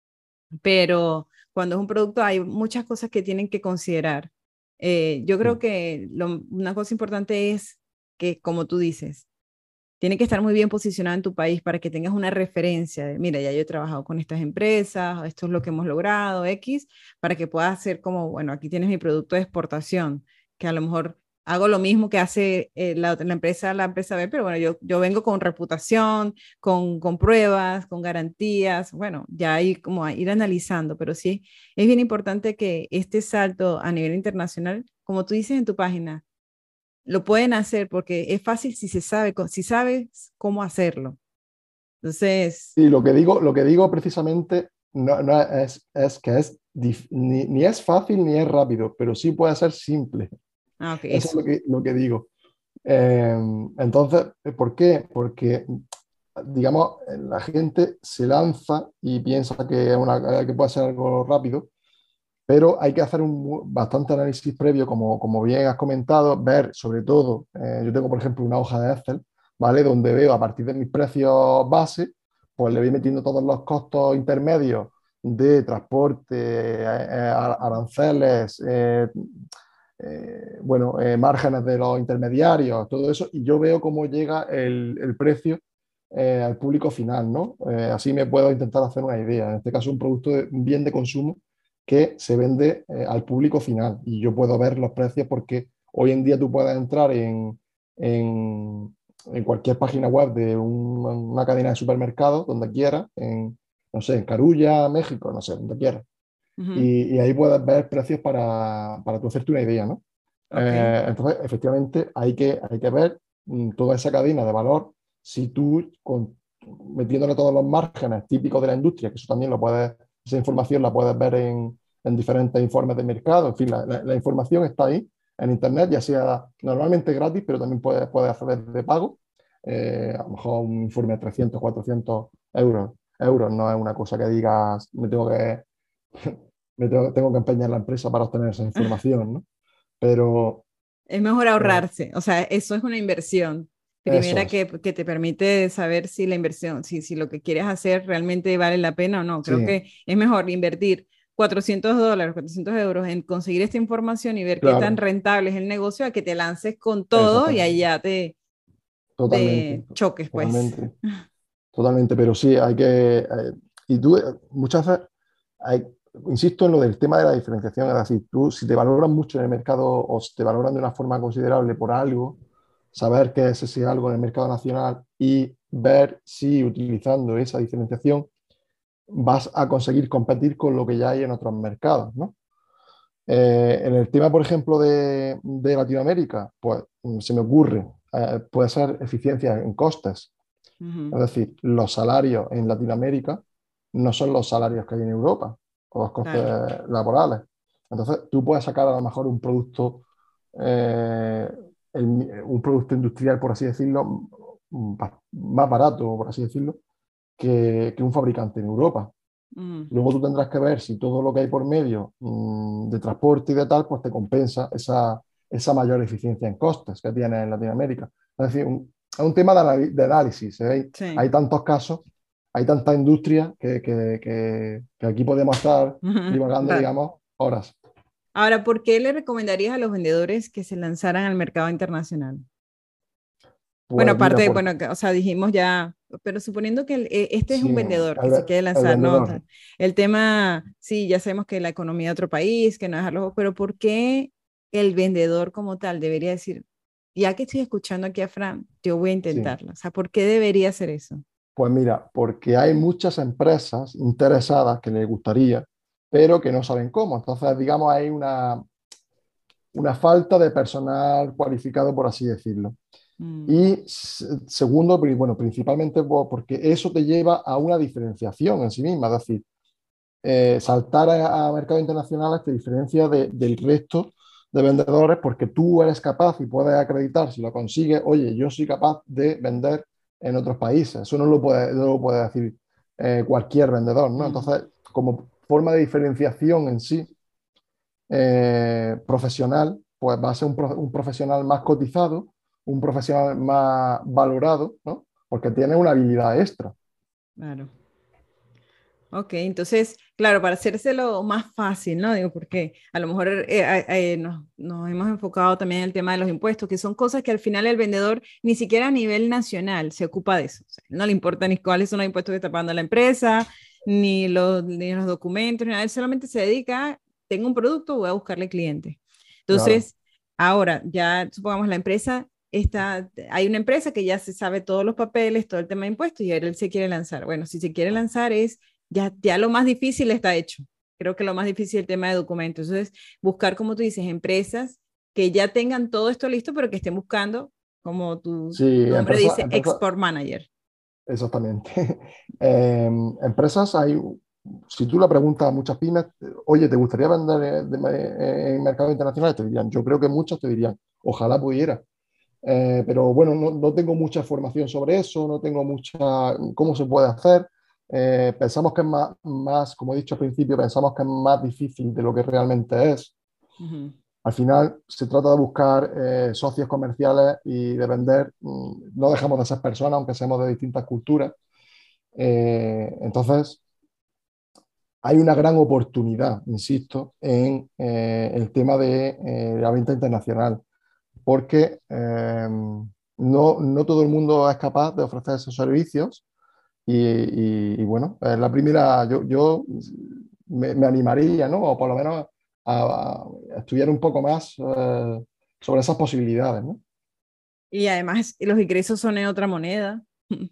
Pero cuando es un producto hay muchas cosas que tienen que considerar. Eh, yo creo sí, que lo- una cosa importante es que, como tú dices, tiene que estar muy bien posicionado en tu país para que tengas una referencia de, mira, ya yo he trabajado con estas empresas, esto es lo que hemos logrado, X, para que puedas hacer como, bueno, aquí tienes mi producto de exportación, que a lo mejor hago lo mismo que hace eh, la, la empresa, la empresa B, pero bueno, yo, yo vengo con reputación, con, con pruebas, con garantías, bueno, ya ahí como a ir analizando, pero sí, es bien importante que este salto a nivel internacional, como tú dices en tu página, lo pueden hacer porque es fácil si se sabe, co- si sabes cómo hacerlo. Entonces, y lo que digo, lo que digo precisamente no, no es, es que es dif- ni, ni es fácil ni es rápido, pero sí puede ser simple. ah, ok, Eso es eso. lo que, lo que digo. Eh, entonces, ¿por qué? Porque, digamos, la gente se lanza y piensa que, es una, que puede ser algo rápido, pero hay que hacer un mu- bastante análisis previo, como, como bien has comentado, ver sobre todo, eh, yo tengo por ejemplo una hoja de Excel, ¿vale? Donde veo a partir de mis precios base, pues le voy metiendo todos los costos intermedios de transporte, eh, eh, aranceles, eh, eh, bueno, eh, márgenes de los intermediarios, todo eso, y yo veo cómo llega el, el precio eh, al público final, ¿no? Eh, así me puedo intentar hacer una idea. En este caso, un producto, de, un bien de consumo que se vende eh, al público final y yo puedo ver los precios porque hoy en día tú puedes entrar en, en, en cualquier página web de un, una cadena de supermercados, donde quieras, en, no sé, en Carulla, México, no sé, donde quieras Ujú, y, y ahí puedes ver precios para, para tú hacerte una idea, ¿no? ok. Eh, entonces, efectivamente, hay que, hay que ver mm, toda esa cadena de valor. Si tú, con, metiéndole todos los márgenes típicos de la industria, que eso también lo puedes, esa información la puedes ver en, en diferentes informes de mercado, en fin, la, la, la información está ahí en Internet, ya sea normalmente gratis, pero también puedes, puedes hacer de pago. Eh, a lo mejor un informe de trescientos cuatrocientos euros, euros no es una cosa que digas, me tengo que me tengo, tengo que empeñar la empresa para obtener esa información, ¿no? Pero Es mejor eh, ahorrarse, o sea, eso es una inversión. eso Primera es, que, que te permite saber si la inversión, si, si lo que quieres hacer realmente vale la pena o no. Creo sí, que es mejor invertir cuatrocientos dólares, cuatrocientos euros en conseguir esta información y ver qué tan claro, rentable es el negocio a que te lances con todo y ahí exactamente, ya te, totalmente, te choques, pues. totalmente, totalmente, pero sí, hay que, eh, y tú eh, muchas veces, hay, insisto en lo del tema de la diferenciación, es decir, tú si te valoran mucho en el mercado o si te valoran de una forma considerable por algo, saber qué es ese algo en el mercado nacional y ver si utilizando esa diferenciación vas a conseguir competir con lo que ya hay en otros mercados, ¿no? Eh, en el tema, por ejemplo, de, de Latinoamérica, pues mm, se me ocurre, eh, puede ser eficiencia en costes. Ujú, Es decir, los salarios en Latinoamérica no son los salarios que hay en Europa, o los costes claro. laborales. Entonces, tú puedes sacar a lo mejor un producto, eh, el- un producto industrial, por así decirlo, mm, más barato, por así decirlo, que, que un fabricante en Europa. Ujú. Luego tú tendrás que ver si todo lo que hay por medio mmm, de transporte y de tal, pues te compensa esa, esa mayor eficiencia en costes que tiene en Latinoamérica. Es decir, un, es un tema de, anali- de análisis. ¿Eh? Hay, Sí. hay tantos casos, hay tanta industria que, que, que, que aquí podemos estar divagando, Claro. digamos, horas. Ahora, ¿por qué le recomendarías a los vendedores que se lanzaran al mercado internacional? Bueno, Pues mira, aparte, por, bueno, que- o sea, dijimos ya, pero suponiendo que el- e- este es sí, un vendedor que el, se ve- quiere el lanzar, ¿no? O vendedor. sea, el tema, sí, ya sabemos que la economía de otro país, que no dejarlo, pero ¿por qué el vendedor como tal debería decir, ya que estoy escuchando aquí a Fran, yo voy a Sí. intentarlo? O sea, ¿por qué debería hacer eso? Pues mira, porque hay muchas empresas interesadas que les gustaría, pero que no saben cómo. Entonces, digamos, hay una, una falta de personal cualificado, por así decirlo. Mm, Y s- segundo, pri- bueno, principalmente po- porque eso te lleva a una diferenciación en sí misma. Es decir, eh, saltar a, a mercados internacionales te diferencia de- del resto de vendedores porque tú eres capaz y puedes acreditar, si lo consigues, oye, yo soy capaz de vender en otros países. Eso no lo puede, no lo puede decir eh, cualquier vendedor, ¿no? mm. Entonces, como forma de diferenciación en sí, eh, profesional, pues va a ser un, pro- un profesional más cotizado, un profesional más valorado, ¿no? Porque tiene una habilidad extra. Claro. Ok, entonces, claro, para hacérselo más fácil, ¿no? Digo, porque a lo mejor eh, eh, eh, nos, nos hemos enfocado también en el tema de los impuestos, que son cosas que al final el vendedor ni siquiera a nivel nacional se ocupa de eso. O sea, no le importa ni cuáles son los impuestos que está pagando la empresa, ni los, ni los documentos, ni nada. Él solamente se dedica, a, tengo un producto, voy a buscarle clientes. Claro. Entonces, ahora, ya supongamos la empresa está, hay una empresa que ya se sabe todos los papeles, todo el tema de impuestos, y ahora él se quiere lanzar. Bueno, si se quiere lanzar es ya, ya lo más difícil está hecho. Creo que lo más difícil es el tema de documentos. Entonces, buscar, como tú dices, empresas que ya tengan todo esto listo, pero que estén buscando, como tu Sí, nombre empresa, dice, empresa, Export Manager. exactamente. Eh, empresas hay, si tú le preguntas a muchas pymes, oye, ¿te gustaría vender eh, de- eh, en mercados internacionales? Te dirían, yo creo que muchas te dirían, ojalá pudiera. Eh, pero bueno, no, no tengo mucha formación sobre eso, no tengo mucha, cómo se puede hacer. Eh, pensamos que es más, más, como he dicho al principio, pensamos que es más difícil de lo que realmente es. Ujú. Al final se trata de buscar eh, socios comerciales y de vender. mm, No dejamos de ser personas, aunque seamos de distintas culturas. Eh, entonces, hay una gran oportunidad, insisto, en eh, el tema de eh, la venta internacional, porque eh, no, no todo el mundo es capaz de ofrecer esos servicios y, y- y bueno, es la primera, yo, yo me, me animaría, ¿no? O por lo menos a, a estudiar un poco más eh, sobre esas posibilidades, ¿no? Y además los ingresos son en otra moneda,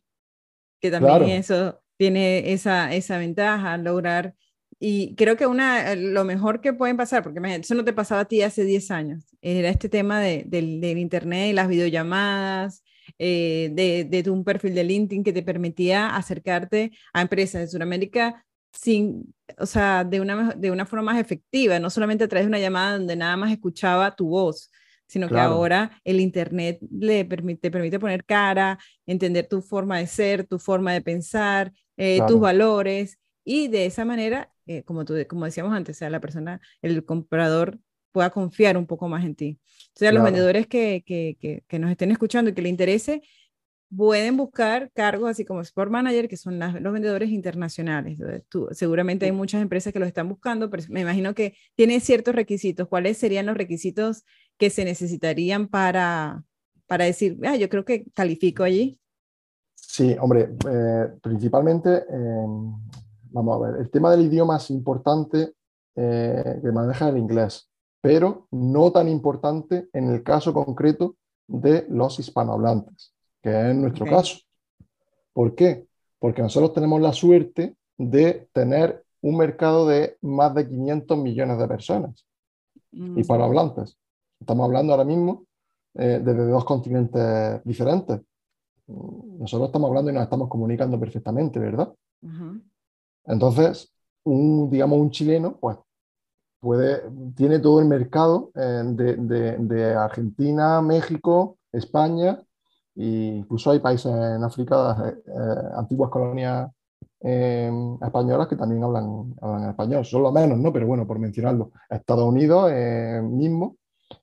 que también Claro, eso tiene esa, esa ventaja, lograr. Y creo que una, lo mejor que pueden pasar, porque imagínate, eso no te pasaba a ti hace diez años, era este tema de, del, del internet y las videollamadas, eh, de, de un perfil de LinkedIn que te permitía acercarte a empresas de Sudamérica sin, o sea, de una, de una forma más efectiva, no solamente a través de una llamada donde nada más escuchaba tu voz, sino que claro, ahora el internet le permite, te permite poner cara, entender tu forma de ser, tu forma de pensar, eh, tus claro, valores, y de esa manera, eh, como, tú, como decíamos antes, o sea, la persona, el comprador pueda confiar un poco más en ti. O sea, los claro, vendedores que, que, que, que nos estén escuchando y que le interese, pueden buscar cargos así como Sport Manager, que son las, los vendedores internacionales. Entonces, tú, seguramente hay muchas empresas que lo están buscando, pero me imagino que tiene ciertos requisitos. ¿Cuáles serían los requisitos que se necesitarían para, para decir, ah, yo creo que califico allí? Sí, hombre, eh, principalmente, eh, vamos a ver, el tema del idioma es importante eh, que maneja el inglés, pero no tan importante en el caso concreto de los hispanohablantes, que es nuestro Ok. caso. ¿Por qué? Porque nosotros tenemos la suerte de tener un mercado de más de quinientos millones de personas Mm, hispanohablantes. Estamos hablando ahora mismo eh, desde dos continentes diferentes. Nosotros estamos hablando y nos estamos comunicando perfectamente, ¿verdad? ujú. Entonces, un, digamos, un chileno, pues, puede, tiene todo el mercado eh, de, de- de Argentina, México, España, e incluso hay países en África, eh, eh, antiguas colonias eh, españolas que también hablan, hablan español, son lo menos, ¿no? Pero bueno, por mencionarlo, Estados Unidos eh, mismo,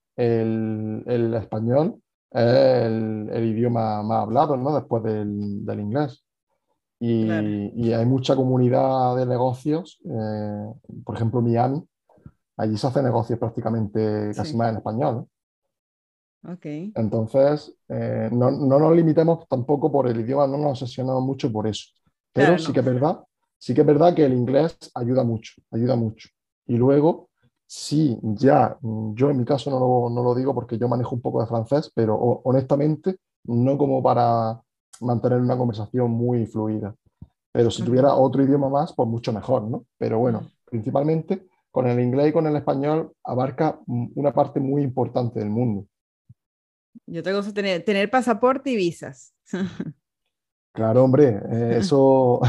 el, el español es el, el idioma más hablado, ¿no? Después del, del inglés. Claro, Y, y hay mucha comunidad de negocios, eh, por ejemplo, Miami, allí se hace negocios prácticamente casi sí. más en español, ¿no? Ok. Entonces, eh, no, no nos limitemos tampoco por el idioma, no nos obsesionamos mucho por eso. Pero Claro, sí no. que es verdad, sí que es verdad que el inglés ayuda mucho, ayuda mucho. Y luego, sí, ya, mm, yo en mi caso no lo, no lo digo porque yo manejo un poco de francés, pero ho- honestamente no como para mantener una conversación muy fluida. Pero si Ok. tuviera otro idioma más, pues mucho mejor, ¿no? Pero Mm. bueno, principalmente con el inglés y con el español abarca mm, una parte muy importante del mundo. Yo tengo que tener, tener pasaporte y visas. Claro, hombre, eh, eso.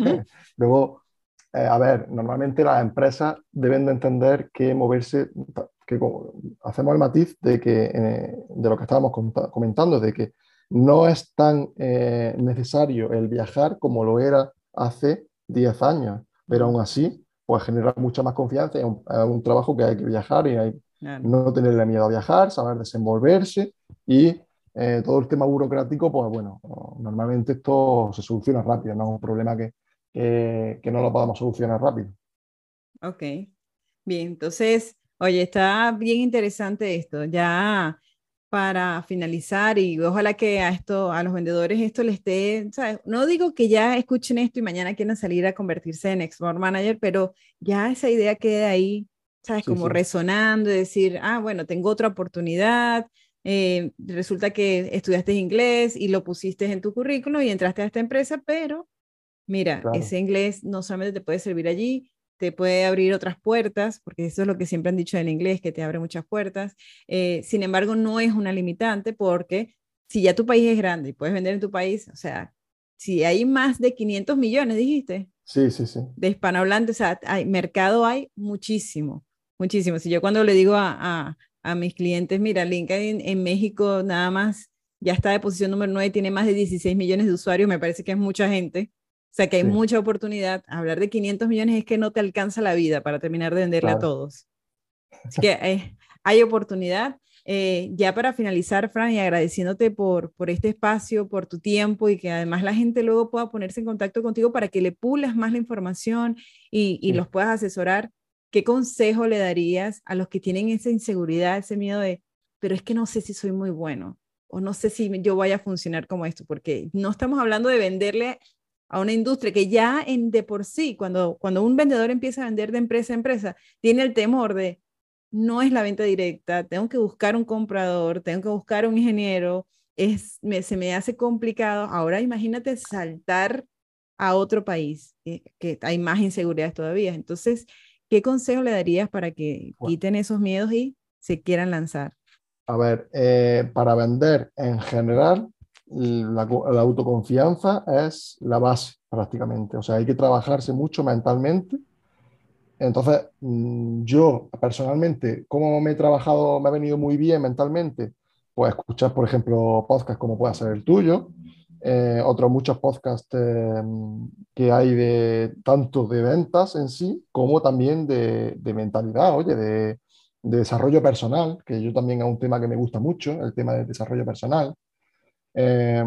Luego, eh, a ver, normalmente las empresas deben de entender que moverse, que como- hacemos el matiz de que, eh, de lo que estábamos conta- comentando, de que no es tan eh, necesario el viajar como lo era hace diez años, pero Mm, aún así, pues genera mucha más confianza, es un, es un trabajo que hay que viajar y hay claro. no tenerle miedo a viajar, saber desenvolverse y eh, todo el tema burocrático, pues bueno, normalmente esto se soluciona rápido, no es un problema que, que, que no lo podamos solucionar rápido. Ok. Bien, entonces, oye, está bien interesante esto. Ya para finalizar, y ojalá que a esto, a los vendedores esto les esté, ¿sabes? No digo que ya escuchen esto y mañana quieran salir a convertirse en Export Manager, pero ya esa idea quede ahí, ¿sabes? Sí, Como sí, resonando, y decir, ah, bueno, tengo otra oportunidad. Eh, resulta que estudiaste inglés y lo pusiste en tu currículum y entraste a esta empresa, pero mira, claro, ese inglés no solamente te puede servir allí, te puede abrir otras puertas, porque eso es lo que siempre han dicho del inglés, que te abre muchas puertas. Eh, sin embargo, no es una limitante porque si ya tu país es grande y puedes vender en tu país, o sea, si hay más de quinientos millones, dijiste, sí, sí, sí, de hispanohablantes, o sea, hay, mercado hay muchísimo, muchísimo. Si yo cuando le digo a, a, a mis clientes, mira, LinkedIn en México nada más ya está de posición número nueve, tiene más de dieciséis millones de usuarios, me parece que es mucha gente. O sea, que hay sí, mucha oportunidad. Hablar de quinientos millones es que no te alcanza la vida para terminar de venderle a claro. todos. Así que eh, hay oportunidad. Eh, ya para finalizar, Fran, y agradeciéndote por, por este espacio, por tu tiempo y que además la gente luego pueda ponerse en contacto contigo para que le pulas más la información y, y Sí. los puedas asesorar, ¿qué consejo le darías a los que tienen esa inseguridad, ese miedo de, pero es que no sé si soy muy bueno o no sé si yo vaya a funcionar como esto? Porque no estamos hablando de venderle a una industria que ya en de por sí, cuando, cuando un vendedor empieza a vender de empresa a empresa, tiene el temor de no es la venta directa, tengo que buscar un comprador, tengo que buscar un ingeniero, es, me, se me hace complicado. Ahora imagínate saltar a otro país, eh, que hay más inseguridades todavía. Entonces, ¿qué consejo le darías para que Bueno, quiten esos miedos y se quieran lanzar? a ver, eh, para vender en general, la, co- la autoconfianza es la base prácticamente. O sea, hay que trabajarse mucho mentalmente. Entonces, mm, yo personalmente, ¿cómo me he trabajado, me ha venido muy bien mentalmente? Pues escuchar, por ejemplo, podcasts como pueda ser el tuyo, eh, otros muchos podcasts eh, que hay de tanto de ventas en sí, como también de, de mentalidad, oye, de, de desarrollo personal, que yo también es un tema que me gusta mucho, el tema del desarrollo personal. Eh,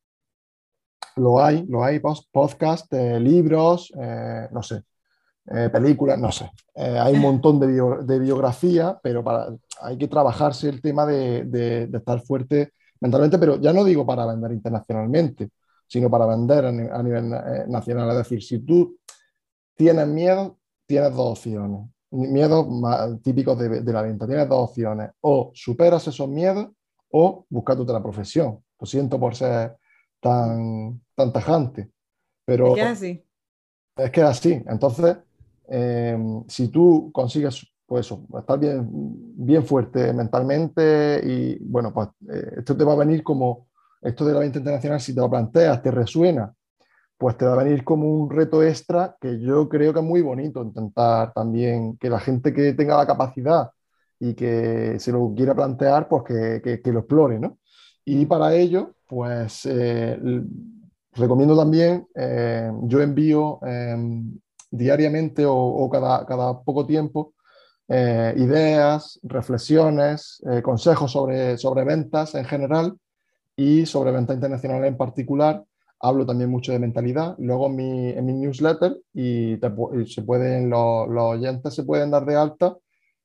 lo hay, lo hay, post- podcasts, eh, libros, eh, no sé, eh, películas, no sé. Eh, hay un montón de, bio- de biografía, pero para, hay que trabajarse el tema de, de- de estar fuerte mentalmente, pero ya no digo para vender internacionalmente, sino para vender a, ni- a nivel eh, nacional. Es decir, si tú tienes miedo, tienes dos opciones. Miedos más típicos de, de la venta. Tienes dos opciones. O superas esos miedos o buscas otra profesión. Lo siento por ser tan, tan tajante, Es que es pero así. es que es así. Entonces, eh, si tú consigues, pues eso, estar bien, bien fuerte mentalmente y, bueno, pues eh, esto te va a venir como, esto de la venta internacional, si te lo planteas, te resuena, pues te va a venir como un reto extra que yo creo que es muy bonito intentar también que la gente que tenga la capacidad y que se lo quiera plantear, pues que, que, que lo explore, ¿no? Y Mm. para ello, pues eh, recomiendo también, eh, yo envío eh, diariamente o, o cada, cada, poco tiempo eh, ideas, reflexiones, eh, consejos sobre, sobre ventas en general y sobre venta internacional en particular. Hablo también mucho de mentalidad. Luego en mi, en mi newsletter y, te, y se pueden, los, los oyentes se pueden dar de alta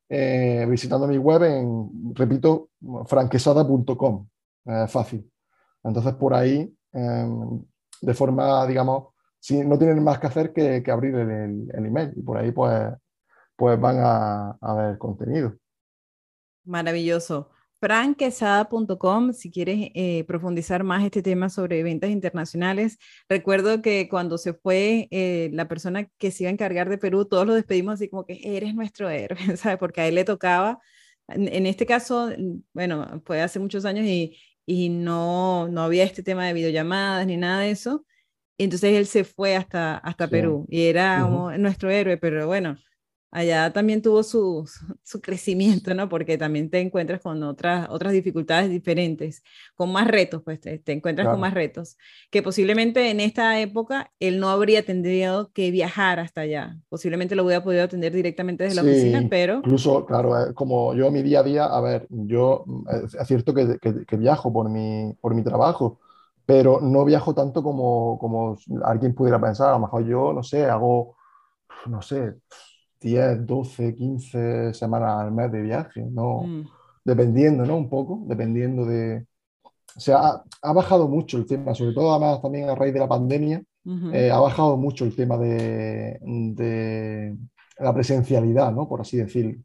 eh, visitando mi web en, repito, franquesada punto com. Eh, fácil. Entonces, por ahí, eh, de forma, digamos, si no tienen más que hacer que, que abrir el, el, el email. Y por ahí, pues, pues van a, a ver contenido. Maravilloso. franquesada punto com, si quieres eh, profundizar más este tema sobre ventas internacionales. Recuerdo que cuando se fue eh, la persona que se iba a encargar de Perú, todos lo despedimos así como que eres nuestro héroe, ¿sabes? Porque a él le tocaba. En, en este caso, bueno, fue hace muchos años y, y no, no había este tema de videollamadas ni nada de eso. Entonces él se fue hasta, hasta Sí. Perú y era como Uh-huh. nuestro héroe, pero bueno, allá también tuvo su, su, su crecimiento, ¿no? Porque también te encuentras con otras, otras dificultades diferentes, con más retos, pues te, te encuentras con Claro. más retos, que posiblemente en esta época él no habría tenido que viajar hasta allá, posiblemente lo hubiera podido atender directamente desde la oficina, Sí, pero incluso, claro, eh, como yo mi día a día, a ver, yo mm, es es cierto que, que- que viajo por mi, por mi trabajo, pero no viajo tanto como, como alguien pudiera pensar. A lo mejor yo, no sé, hago, no sé, diez, doce, quince semanas al mes de viaje, ¿no? mm, Dependiendo, ¿no? Un poco, dependiendo de... O sea, ha, ha bajado mucho el tema, sobre todo además también a raíz de la pandemia, uh-huh, eh, ha bajado mucho el tema de, de la presencialidad, ¿no? Por así decirlo.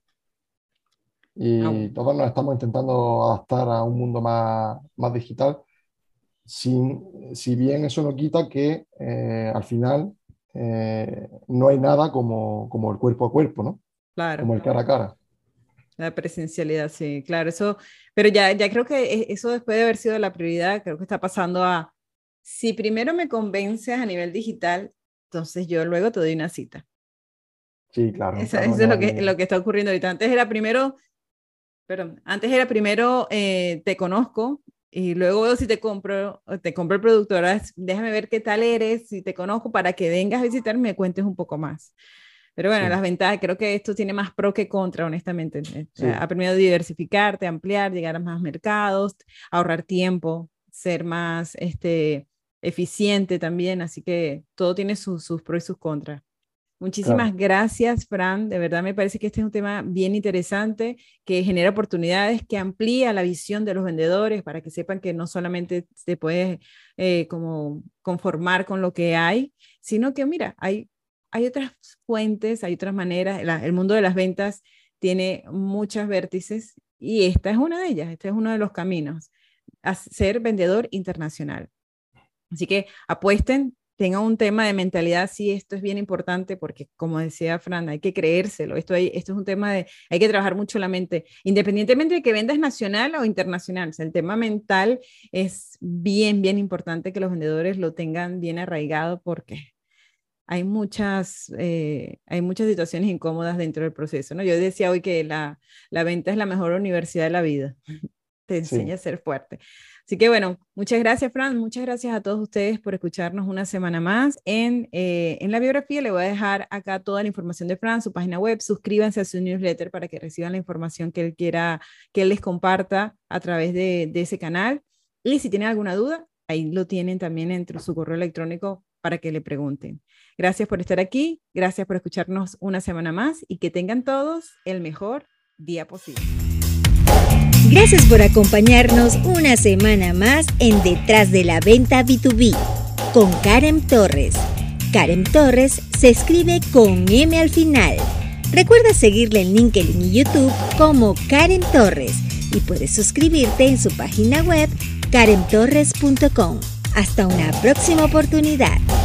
ah, Y todos nos estamos intentando adaptar a un mundo más, más digital, sin, si bien eso no quita que eh, al final eh, no hay nada como, como el cuerpo a cuerpo, ¿no? claro. Como el cara a cara. La presencialidad, sí, claro, eso, pero ya, ya creo que e- eso después de haber sido la prioridad, creo que está pasando a, si primero me convences a nivel digital, entonces yo luego te doy una cita. Sí, claro, Eso, claro, eso es no lo que, hay... lo que está ocurriendo ahorita. Antes era primero, perdón, antes era primero eh, te conozco y luego veo si te compro, o te compro el producto. Ahora es, déjame ver qué tal eres, si te conozco para que vengas a visitarme y me cuentes un poco más. Pero bueno, las Sí, ventajas, creo que esto tiene más pro que contra, honestamente. Eh, Ha sí, permitido diversificarte, ampliar, llegar a más mercados, ahorrar tiempo, ser más este, eficiente también. Así que todo tiene sus, sus pros y sus contras. Muchísimas claro. gracias, Fran. De verdad me parece que este es un tema bien interesante, que genera oportunidades, que amplía la visión de los vendedores para que sepan que no solamente se puede eh, como conformar con lo que hay, sino que, mira, hay, hay otras fuentes, hay otras maneras. La, el mundo de las ventas tiene muchas vértices y esta es una de ellas, este es uno de los caminos, a ser vendedor internacional. Así que apuesten, tengan un tema de mentalidad, sí, esto es bien importante porque, como decía Fran, hay que creérselo. Esto, hay, esto es un tema de, hay que trabajar mucho la mente, independientemente de que vendas nacional o internacional. O sea, el tema mental es bien, bien importante que los vendedores lo tengan bien arraigado porque hay muchas, eh, hay muchas situaciones incómodas dentro del proceso, ¿no? Yo decía hoy que la, la venta es la mejor universidad de la vida. Te enseña Sí, a ser fuerte. Así que bueno, muchas gracias, Fran. Muchas gracias a todos ustedes por escucharnos una semana más. En, eh, en la biografía le voy a dejar acá toda la información de Fran, su página web. Suscríbanse a su newsletter para que reciban la información que él quiera que él les comparta a través de, de ese canal. Y si tienen alguna duda, ahí lo tienen también entre su correo electrónico para que le pregunten. Gracias por estar aquí. Gracias por escucharnos una semana más y que tengan todos el mejor día posible. Gracias por acompañarnos una semana más en Detrás de la Venta B dos B con Karen Torres. Karen Torres se escribe con M al final. Recuerda seguirle en LinkedIn y YouTube como Karen Torres y puedes suscribirte en su página web karen torres punto com. Hasta una próxima oportunidad.